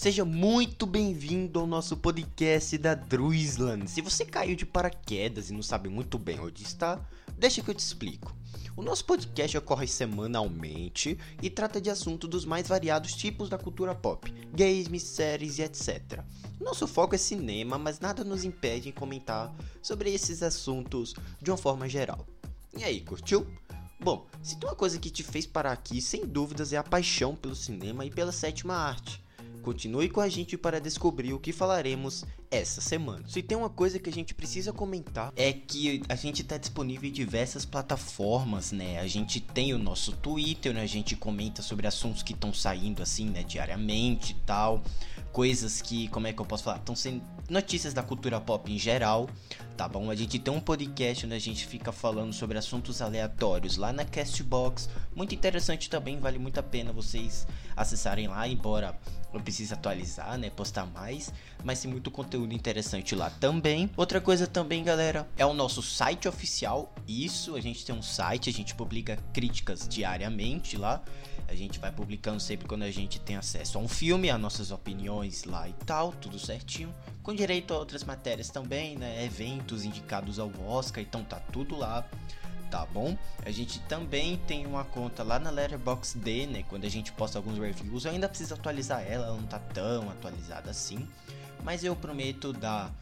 Seja muito bem-vindo ao nosso podcast da Druisland. Se você caiu de paraquedas e não sabe muito bem onde está, deixa que eu te explico. O nosso podcast ocorre semanalmente e trata de assuntos dos mais variados tipos da cultura pop, games, séries e etc. Nosso foco é cinema, mas nada nos impede em comentar sobre esses assuntos de uma forma geral. E aí, curtiu? Bom, se tem uma coisa que te fez parar aqui, sem dúvidas é a paixão pelo cinema e pela sétima arte. Continue com a gente para descobrir o que falaremos essa semana. Se tem uma coisa que a gente precisa comentar é que a gente está disponível em diversas plataformas, né? A gente tem o nosso Twitter, né? A gente comenta sobre assuntos que estão saindo assim, né? Diariamente e tal. Coisas que, como é que eu posso falar? Estão sendo notícias da cultura pop em geral, tá bom? A gente tem um podcast onde a gente fica falando sobre assuntos aleatórios lá na Castbox. Muito interessante também, vale muito a pena vocês acessarem lá, embora eu precise atualizar, né? Postar mais, mas tem muito conteúdo interessante lá também. Outra coisa também, galera, é o nosso site oficial. Isso, a gente tem um site, a gente publica críticas diariamente lá. A gente vai publicando sempre quando a gente tem acesso a um filme, as nossas opiniões lá e tal, tudo certinho. Com direito a outras matérias também, né? Eventos indicados ao Oscar, então tá tudo lá, tá bom? A gente também tem uma conta lá na Letterboxd, né? Quando a gente posta alguns reviews, eu ainda preciso atualizar ela, ela não tá tão atualizada assim. Mas eu prometo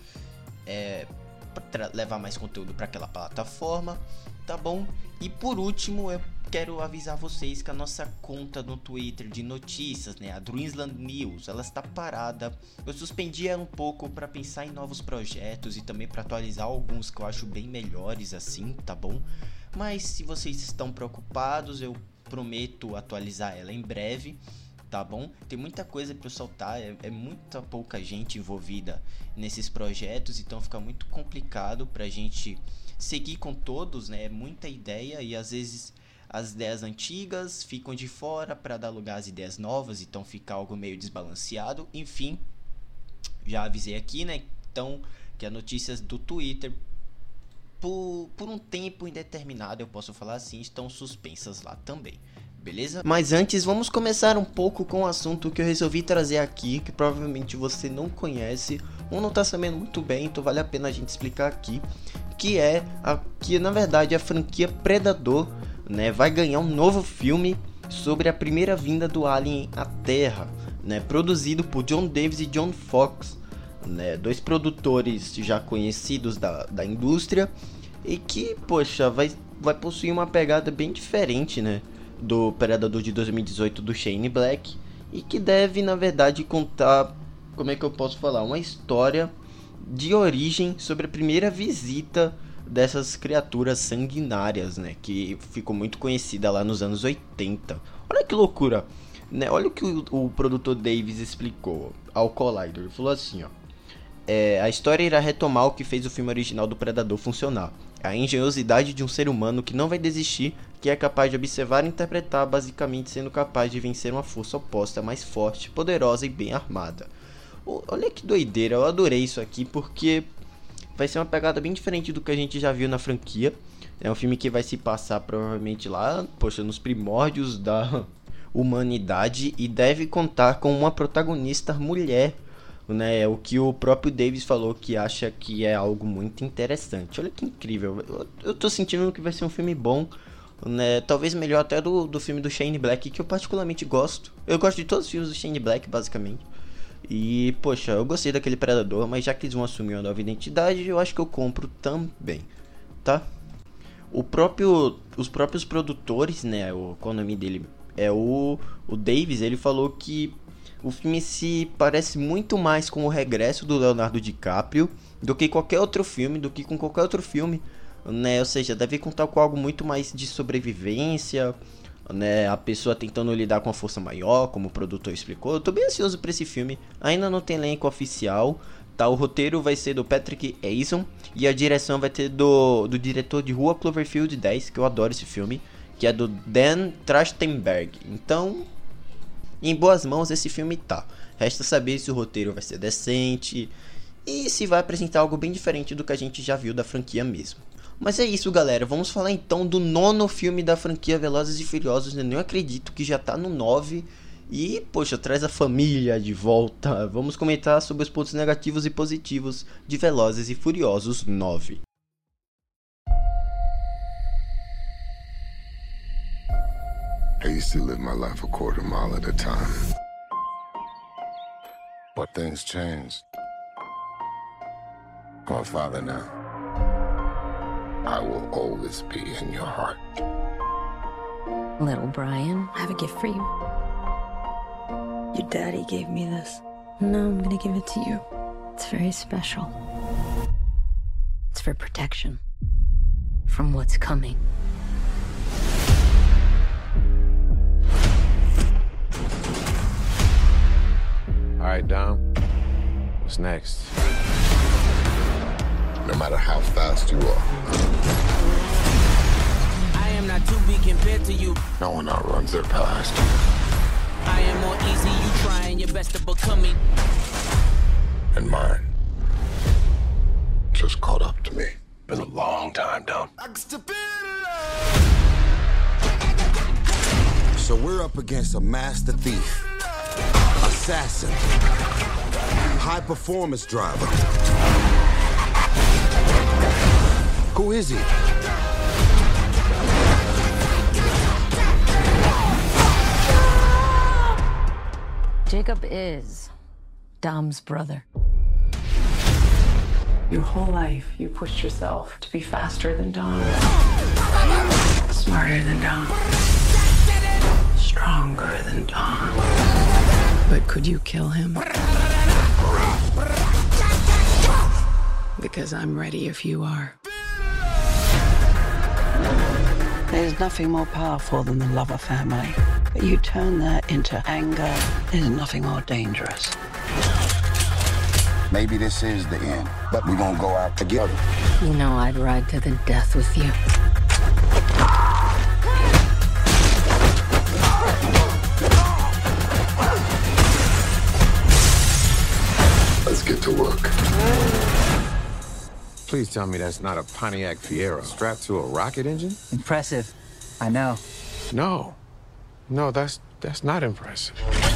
levar mais conteúdo para aquela plataforma, tá bom? E por último, eu quero avisar vocês que a nossa conta no Twitter de notícias, né, a Druisland News, ela está parada. Eu suspendi ela um pouco para pensar em novos projetos e também para atualizar alguns que eu acho bem melhores assim, tá bom? Mas se vocês estão preocupados, eu prometo atualizar ela em breve, tá bom? Tem muita coisa para eu soltar, é muita pouca gente envolvida nesses projetos, então fica muito complicado pra gente seguir com todos, né? É muita ideia e às vezes as ideias antigas ficam de fora para dar lugar às ideias novas, então fica algo meio desbalanceado. Enfim, já avisei aqui, né? Então, que as notícias do Twitter, por um tempo indeterminado, eu posso falar assim, estão suspensas lá também. Beleza? Mas antes, vamos começar um pouco com um assunto que eu resolvi trazer aqui, que provavelmente você não conhece ou não tá sabendo muito bem, então vale a pena a gente explicar aqui, que na verdade a franquia Predador, né, vai ganhar um novo filme sobre a primeira vinda do Alien à Terra, né, produzido por John Davis e John Fox, né, dois produtores já conhecidos da indústria e que, poxa, vai possuir uma pegada bem diferente, né, do Predador de 2018 do Shane Black, e que deve, na verdade, contar, como é que eu posso falar, uma história de origem sobre a primeira visita dessas criaturas sanguinárias, né, que ficou muito conhecida lá nos anos 80. Olha que loucura, né? Olha o que o produtor Davis explicou ao Collider. Ele falou assim, ó: a história irá retomar o que fez o filme original do Predador funcionar. A engenhosidade de um ser humano que não vai desistir, que é capaz de observar e interpretar, basicamente sendo capaz de vencer uma força oposta mais forte, poderosa e bem armada. Olha que doideira, eu adorei isso aqui porque vai ser uma pegada bem diferente do que a gente já viu na franquia. É um filme que vai se passar provavelmente lá, poxa, nos primórdios da humanidade e deve contar com uma protagonista mulher, né? O que o próprio Davis falou que acha que é algo muito interessante. Olha que incrível, eu tô sentindo que vai ser um filme bom, né? Talvez melhor até do filme do Shane Black, que eu particularmente gosto. Eu gosto de todos os filmes do Shane Black, basicamente. E, poxa, eu gostei daquele Predador, mas já que eles vão assumir uma nova identidade, eu acho que eu compro também, tá? Os próprios produtores, né, qual o nome dele? É o Davis, ele falou que o filme se parece muito mais com o regresso do Leonardo DiCaprio do que com qualquer outro filme, né? Ou seja, deve contar com algo muito mais de sobrevivência, né? A pessoa tentando lidar com a força maior, como o produtor explicou. Eu tô bem ansioso pra esse filme. Ainda não tem elenco oficial, tá? O roteiro vai ser do Patrick Eason e a direção vai ter do diretor de Rua Cloverfield 10, que eu adoro esse filme, que é do Dan Trachtenberg. Então, em boas mãos esse filme tá. Resta saber se o roteiro vai ser decente e se vai apresentar algo bem diferente do que a gente já viu da franquia mesmo. Mas é isso, galera, vamos falar então do 9º filme da franquia Velozes e Furiosos. Eu nem acredito que já tá no 9 E, poxa, traz a família de volta. Vamos comentar sobre os pontos negativos e positivos de Velozes e Furiosos 9. I used to live my life a quarter mile at a time. But things changed. I'm a father now. I will always be in your heart. Little Brian, I have a gift for you. Your daddy gave me this. No, I'm gonna give it to you. It's very special. It's for protection from what's coming. All right, Dom. What's next? No matter how fast you are, I am not to be compared to you. no one outruns their past. I am more easy, you trying your best to become me. And mine just caught up to me. Been a long time, Dom. So we're up against a master thief, assassin, high performance driver. Who is he? Jacob is Dom's brother. Your whole life, you pushed yourself to be faster than Dom, smarter than Dom, stronger than Dom. But could you kill him? Because I'm ready if you are. There's nothing more powerful than the love of family. But you turn that into anger. There's nothing more dangerous. Maybe this is the end, but we gonna go out together. You know I'd ride to the death with you. Let's get to work. Please tell me that's not a Pontiac Fiero strapped to a rocket engine? Impressive. I know. No, that's not impressive.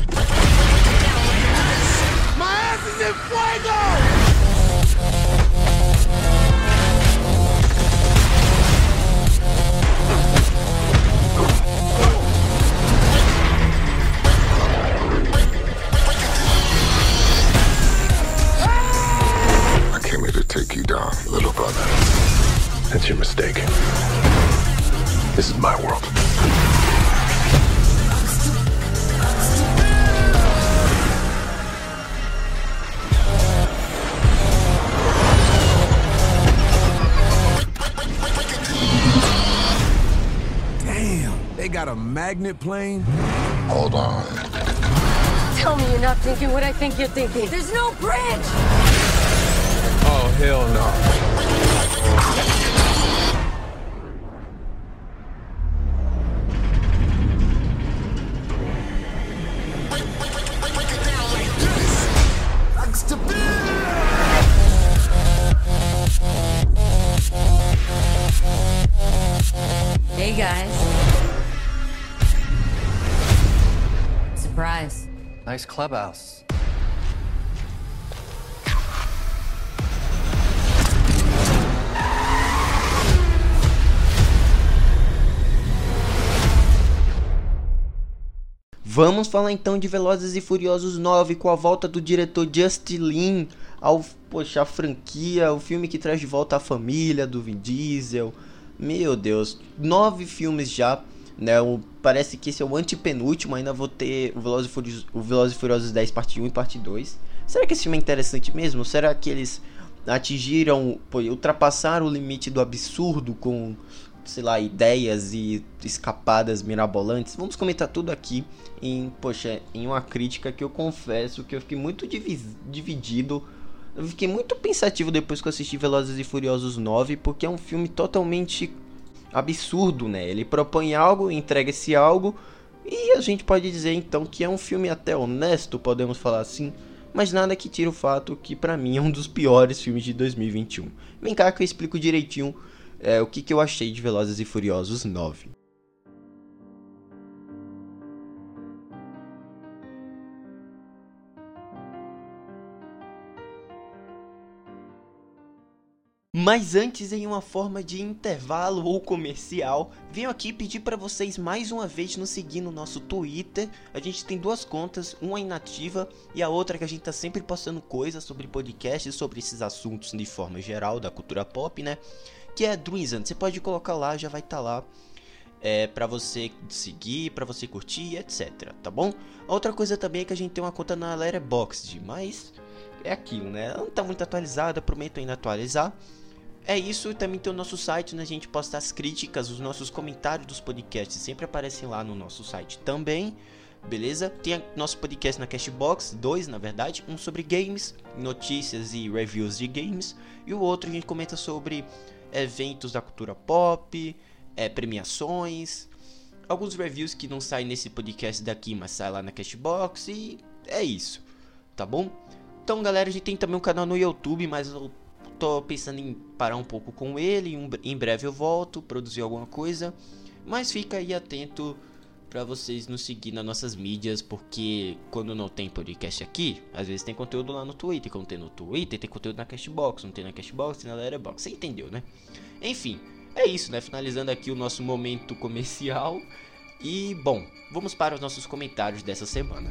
My ass is in fuego! I came here to take you down, little brother. That's your mistake. This is my world. Damn, they got a magnet plane? Hold on. Tell me you're not thinking what I think you're thinking. There's no bridge! Oh, hell no. Hey guys. Surprise. Nice clubhouse. Vamos falar então de Velozes e Furiosos 9 com a volta do diretor Justin Lin à franquia, o filme que traz de volta a família do Vin Diesel. Meu Deus, 9 filmes já, né? Parece que esse é o antepenúltimo, ainda vou ter o Velozes e Furiosos 10 parte 1 e parte 2. Será que esse filme é interessante mesmo? Será que eles ultrapassaram o limite do absurdo com, sei lá, ideias e escapadas mirabolantes? Vamos comentar tudo aqui em uma crítica que eu confesso que eu fiquei muito dividido. Eu fiquei muito pensativo depois que eu assisti Velozes e Furiosos 9, porque é um filme totalmente absurdo, né? Ele propõe algo, entrega esse algo, e a gente pode dizer então que é um filme até honesto, podemos falar assim, mas nada que tire o fato que pra mim é um dos piores filmes de 2021. Vem cá que eu explico direitinho o que eu achei de Velozes e Furiosos 9. Mas antes, em uma forma de intervalo ou comercial, venho aqui pedir para vocês mais uma vez nos seguir no nosso Twitter. A gente tem 2 contas, uma inativa e a outra que a gente tá sempre postando coisas sobre podcasts, sobre esses assuntos de forma geral da cultura pop, né? Que é Druinsland. Você pode colocar lá, já vai estar lá. Pra você seguir, pra você curtir, etc, tá bom? Outra coisa também é que a gente tem uma conta na Letterboxd, mas é aquilo, né? Não tá muito atualizada, prometo ainda atualizar. É isso, e também tem o nosso site, onde a gente posta as críticas, os nossos comentários dos podcasts, sempre aparecem lá no nosso site também, beleza? Tem nosso podcast na Cashbox, 2 na verdade, um sobre games, notícias e reviews de games, e o outro a gente comenta sobre eventos da cultura pop, premiações, alguns reviews que não saem nesse podcast daqui, mas saem lá na Cashbox, e é isso, tá bom? Então galera, a gente tem também um canal no YouTube, mas eu tô pensando em parar um pouco com ele, em breve eu volto, produzir alguma coisa, mas fica aí atento pra vocês nos seguir nas nossas mídias, porque quando não tem podcast aqui, às vezes tem conteúdo lá no Twitter, quando tem no Twitter tem conteúdo na Cashbox, não tem na Cashbox, tem na Letterboxd, você entendeu, né? Enfim, é isso, né? Finalizando aqui o nosso momento comercial. E, bom, vamos para os nossos comentários dessa semana.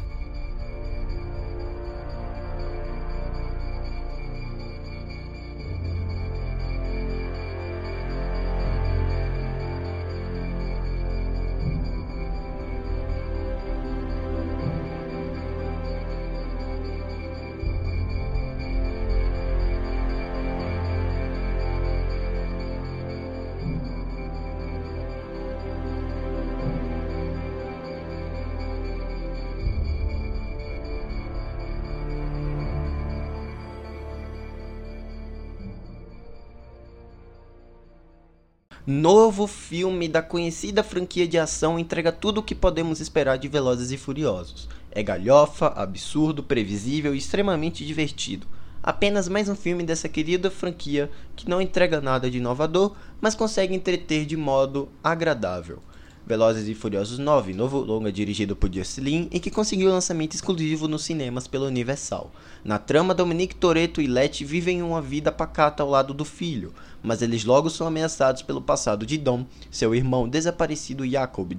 Novo filme da conhecida franquia de ação entrega tudo o que podemos esperar de Velozes e Furiosos. É galhofa, absurdo, previsível e extremamente divertido. Apenas mais um filme dessa querida franquia que não entrega nada de inovador, mas consegue entreter de modo agradável. Velozes e Furiosos 9, novo longa dirigido por Justin Lin e que conseguiu lançamento exclusivo nos cinemas pela Universal. Na trama, Dominic Toretto e Letty vivem uma vida pacata ao lado do filho, mas eles logo são ameaçados pelo passado de Dom, seu irmão desaparecido Jacob,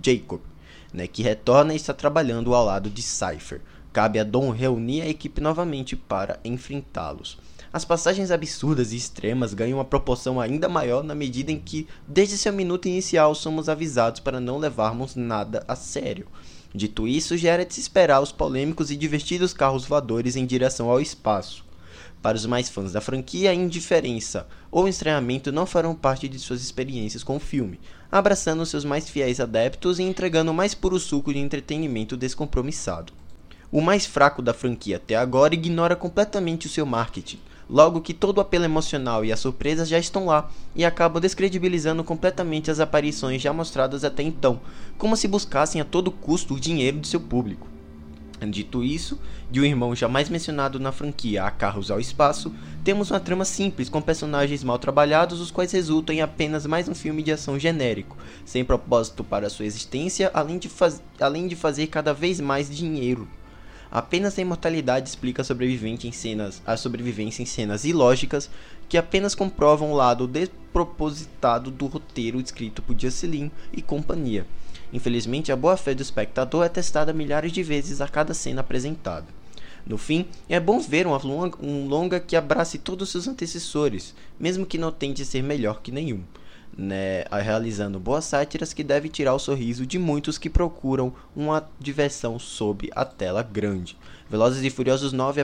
que retorna e está trabalhando ao lado de Cypher. Cabe a Dom reunir a equipe novamente para enfrentá-los. As passagens absurdas e extremas ganham uma proporção ainda maior na medida em que, desde seu minuto inicial, somos avisados para não levarmos nada a sério. Dito isso, já era de se esperar os polêmicos e divertidos carros voadores em direção ao espaço. Para os mais fãs da franquia, a indiferença ou estranhamento não farão parte de suas experiências com o filme, abraçando seus mais fiéis adeptos e entregando o mais puro suco de entretenimento descompromissado. O mais fraco da franquia até agora ignora completamente o seu marketing, logo que todo o apelo emocional e as surpresas já estão lá, e acabam descredibilizando completamente as aparições já mostradas até então, como se buscassem a todo custo o dinheiro de seu público. Dito isso, de um irmão jamais mencionado na franquia a carros ao espaço, temos uma trama simples com personagens mal trabalhados, os quais resultam em apenas mais um filme de ação genérico, sem propósito para sua existência, além de fazer cada vez mais dinheiro. Apenas a imortalidade explica a sobrevivência em cenas ilógicas que apenas comprovam o lado despropositado do roteiro escrito por Justin Lin e companhia. Infelizmente, a boa-fé do espectador é testada milhares de vezes a cada cena apresentada. No fim, é bom ver um longa que abrace todos seus antecessores, mesmo que não tente ser melhor que nenhum, realizando boas sátiras que devem tirar o sorriso de muitos que procuram uma diversão sob a tela grande. Velozes e Furiosos 9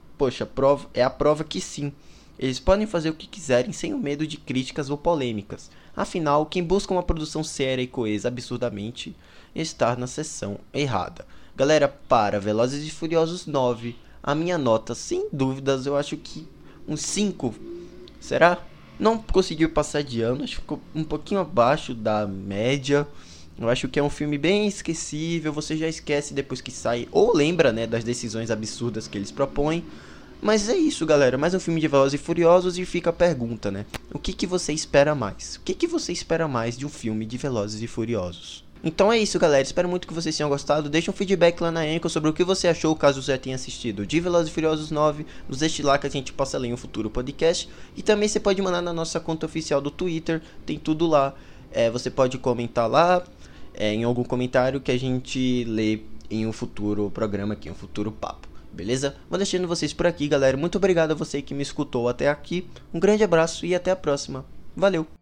é a prova que sim, eles podem fazer o que quiserem sem o medo de críticas ou polêmicas. Afinal, quem busca uma produção séria e coesa absurdamente está na seção errada. Galera, para Velozes e Furiosos 9, a minha nota, sem dúvidas, eu acho que um 5. Será? Não conseguiu passar de ano, acho que ficou um pouquinho abaixo da média. Eu acho que é um filme bem esquecível, você já esquece depois que sai, ou lembra, das decisões absurdas que eles propõem. Mas é isso, galera, mais um filme de Velozes e Furiosos e fica a pergunta, o que você espera mais? O que você espera mais de um filme de Velozes e Furiosos? Então é isso, galera, espero muito que vocês tenham gostado. Deixa um feedback lá na Anchor sobre o que você achou, caso você já tenha assistido de Velozes e Furiosos 9. Nos deixe lá que a gente possa ler em um futuro podcast. E também você pode mandar na nossa conta oficial do Twitter, tem tudo lá. Você pode comentar lá em algum comentário que a gente lê em um futuro programa aqui, um futuro papo, beleza? Vou deixando vocês por aqui, galera. Muito obrigado a você que me escutou até aqui. Um grande abraço e até a próxima. Valeu!